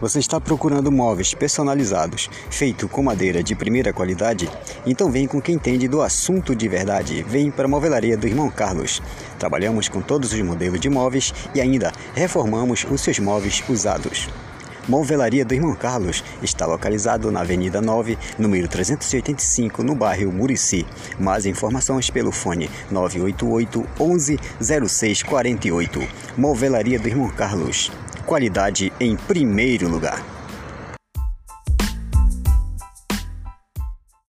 Você está procurando móveis personalizados, feito com madeira de primeira qualidade? Então vem com quem entende do assunto de verdade. Vem para a Movelaria do Irmão Carlos. Trabalhamos com todos os modelos de móveis e ainda reformamos os seus móveis usados. Movelaria do Irmão Carlos está localizado na Avenida 9, número 385, no bairro Murici. Mais informações pelo fone 988 11 0648. Movelaria do Irmão Carlos. Qualidade em primeiro lugar.